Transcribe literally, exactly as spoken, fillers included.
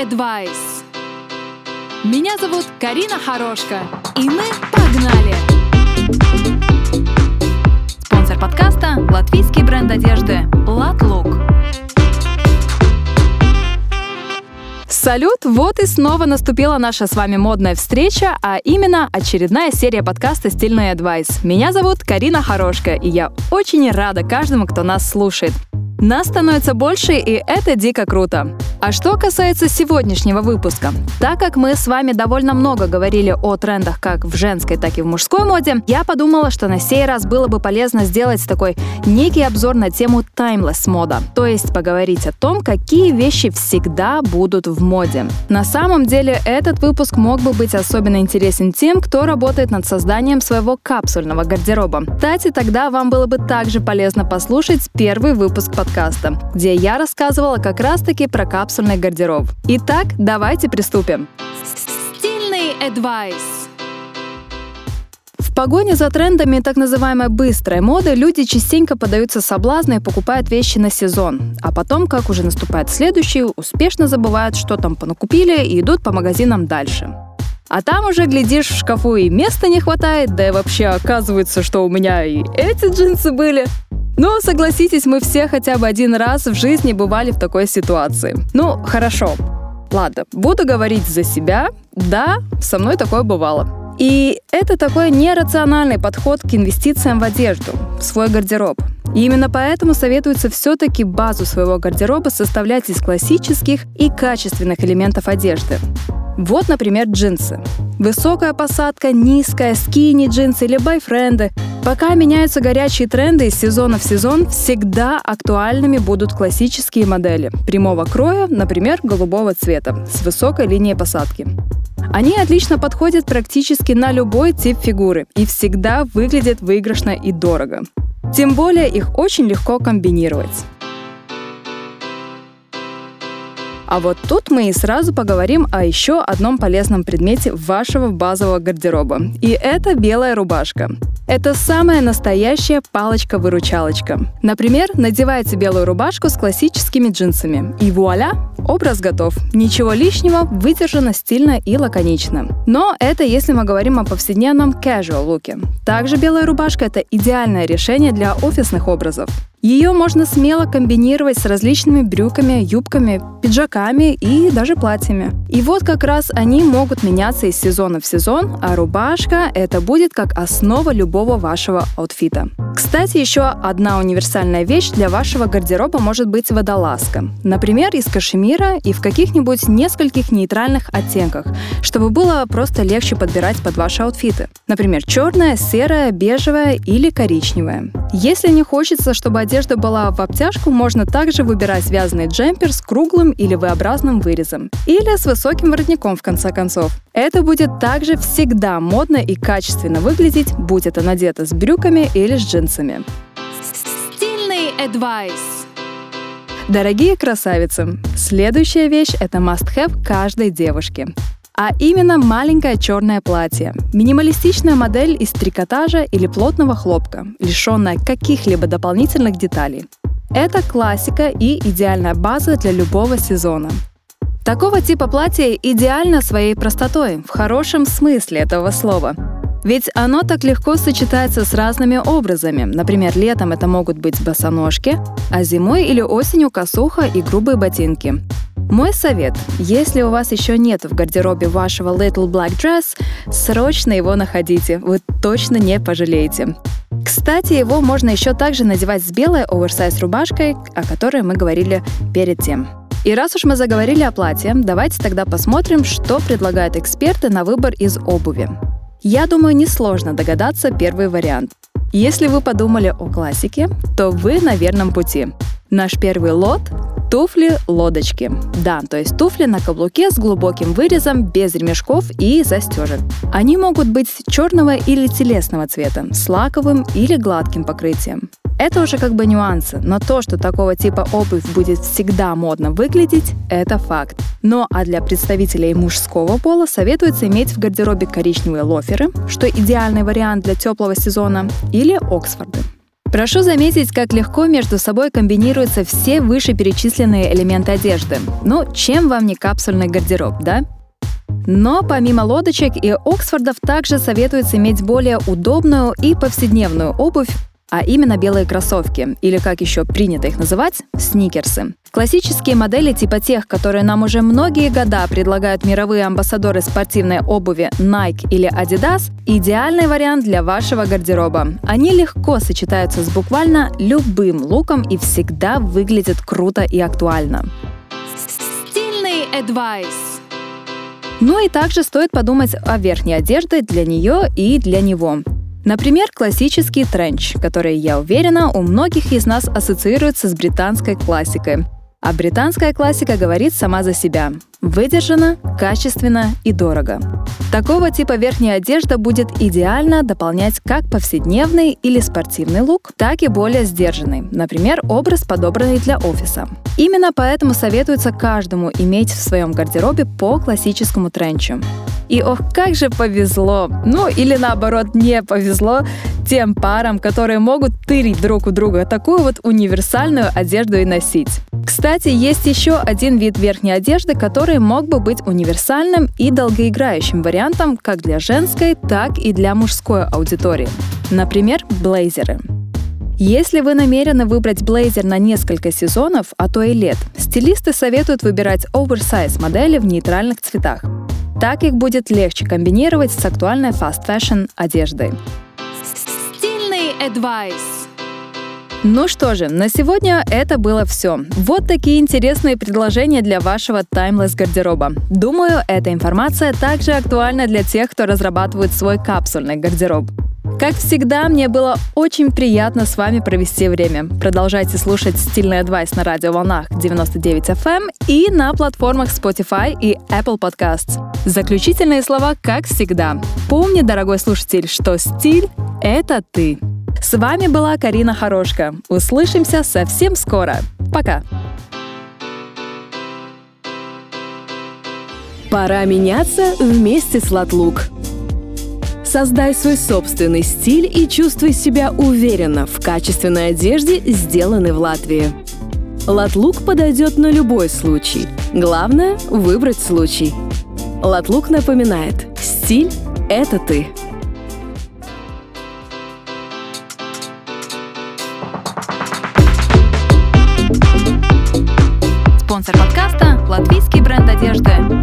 Advice. Меня зовут Карина Хорошка, и мы погнали! Спонсор подкаста – латвийский бренд одежды «Латлук». Салют! Вот и снова наступила наша с вами модная встреча, а именно очередная серия подкаста «Стильный Advice». Меня зовут Карина Хорошка, и я очень рада каждому, кто нас слушает. Нас становится больше, и это дико круто. А что касается сегодняшнего выпуска, так как мы с вами довольно много говорили о трендах как в женской, так и в мужской моде, я подумала, что на сей раз было бы полезно сделать такой некий обзор на тему timeless мода, то есть поговорить о том, какие вещи всегда будут в моде. На самом деле, этот выпуск мог бы быть особенно интересен тем, кто работает над созданием своего капсульного гардероба. Кстати, тогда вам было бы также полезно послушать первый выпуск подкаста, где я рассказывала как раз-таки про капсульный гардероб. Итак, давайте приступим. Стильный Advice. В погоне за трендами так называемой быстрой моды люди частенько поддаются соблазну и покупают вещи на сезон, а потом, как уже наступает следующий, успешно забывают, что там понакупили, и идут по магазинам дальше. А там уже, глядишь, в шкафу и места не хватает, да и вообще оказывается, что у меня и эти джинсы были. Ну, согласитесь, мы все хотя бы один раз в жизни бывали в такой ситуации. Ну, хорошо. Ладно, буду говорить за себя. Да, со мной такое бывало. И это такой нерациональный подход к инвестициям в одежду, в свой гардероб. И именно поэтому советуется все-таки базу своего гардероба составлять из классических и качественных элементов одежды. Вот, например, джинсы. Высокая посадка, низкая, скини джинсы или бойфренды. Пока меняются горячие тренды из сезона в сезон, всегда актуальными будут классические модели прямого кроя, например, голубого цвета, с высокой линией посадки. Они отлично подходят практически на любой тип фигуры и всегда выглядят выигрышно и дорого. Тем более их очень легко комбинировать. А вот тут мы и сразу поговорим о еще одном полезном предмете вашего базового гардероба. И это белая рубашка. Это самая настоящая палочка-выручалочка. Например, надеваете белую рубашку с классическими джинсами. И вуаля! Образ готов. Ничего лишнего, выдержано, стильно и лаконично. Но это если мы говорим о повседневном casual луке. Также белая рубашка – это идеальное решение для офисных образов. Ее можно смело комбинировать с различными брюками, юбками, пиджаками и даже платьями. И вот как раз они могут меняться из сезона в сезон, а рубашка – это будет как основа любого вашего аутфита. Кстати, еще одна универсальная вещь для вашего гардероба может быть водолазка. Например, из кашемира и в каких-нибудь нескольких нейтральных оттенках, чтобы было просто легче подбирать под ваши аутфиты. Например, черная, серая, бежевая или коричневая. Если не хочется, чтобы одежда была в обтяжку, можно также выбирать вязаный джемпер с круглым или V-образным вырезом. Или с высоким воротником, в конце концов. Это будет также всегда модно и качественно выглядеть, будь это надето с брюками или с джинсами. Стильный Advice. Дорогие красавицы, следующая вещь – это must-have каждой девушки. А именно маленькое черное платье. Минималистичная модель из трикотажа или плотного хлопка, лишенная каких-либо дополнительных деталей. Это классика и идеальная база для любого сезона. Такого типа платье идеально своей простотой, в хорошем смысле этого слова. Ведь оно так легко сочетается с разными образами. Например, летом это могут быть босоножки, а зимой или осенью косуха и грубые ботинки. Мой совет, если у вас еще нет в гардеробе вашего Little Black Dress, срочно его находите, вы точно не пожалеете. Кстати, его можно еще также надевать с белой оверсайз рубашкой, о которой мы говорили перед тем. И раз уж мы заговорили о платье, давайте тогда посмотрим, что предлагают эксперты на выбор из обуви. Я думаю, несложно догадаться первый вариант. Если вы подумали о классике, то вы на верном пути. Наш первый лот – туфли-лодочки. Да, то есть туфли на каблуке с глубоким вырезом, без ремешков и застежек. Они могут быть черного или телесного цвета, с лаковым или гладким покрытием. Это уже как бы нюансы, но то, что такого типа обувь будет всегда модно выглядеть, это факт. Ну а для представителей мужского пола советуется иметь в гардеробе коричневые лоферы, что идеальный вариант для теплого сезона, или Оксфорды. Прошу заметить, как легко между собой комбинируются все вышеперечисленные элементы одежды. Ну, чем вам не капсульный гардероб, да? Но помимо лодочек и Оксфордов также советуется иметь более удобную и повседневную обувь, а именно белые кроссовки, или как еще принято их называть, сникерсы. Классические модели типа тех, которые нам уже многие года предлагают мировые амбассадоры спортивной обуви Nike или Adidas, идеальный вариант для вашего гардероба. Они легко сочетаются с буквально любым луком и всегда выглядят круто и актуально. Стильный адвайс. Ну и также стоит подумать о верхней одежде для нее и для него. Например, классический тренч, который, я уверена, у многих из нас ассоциируется с британской классикой. А британская классика говорит сама за себя. Выдержано, качественно и дорого. Такого типа верхняя одежда будет идеально дополнять как повседневный или спортивный лук, так и более сдержанный, например, образ, подобранный для офиса. Именно поэтому советуется каждому иметь в своем гардеробе по классическому тренчу. И ох, как же повезло, ну или наоборот не повезло тем парам, которые могут тырить друг у друга такую вот универсальную одежду и носить. Кстати, есть еще один вид верхней одежды, который мог бы быть универсальным и долгоиграющим вариантом как для женской, так и для мужской аудитории. Например, блейзеры. Если вы намерены выбрать блейзер на несколько сезонов, а то и лет, стилисты советуют выбирать оверсайз модели в нейтральных цветах. Так их будет легче комбинировать с актуальной fast fashion одеждой. Стильный адвайс. Ну что же, на сегодня это было все. Вот такие интересные предложения для вашего timeless гардероба. Думаю, эта информация также актуальна для тех, кто разрабатывает свой капсульный гардероб. Как всегда, мне было очень приятно с вами провести время. Продолжайте слушать «Стильный адвайс» на радиоволнах девяносто девять эф эм и на платформах Spotify и Apple Podcasts. Заключительные слова, как всегда. Помни, дорогой слушатель, что стиль — это ты. С вами была Карина Хорошко. Услышимся совсем скоро. Пока! Пора меняться вместе с Латлук. Создай свой собственный стиль и чувствуй себя уверенно в качественной одежде, сделанной в Латвии. Латлук подойдет на любой случай. Главное — выбрать случай. Латлук напоминает: стиль — это ты. Спонсор подкаста — латвийский бренд одежды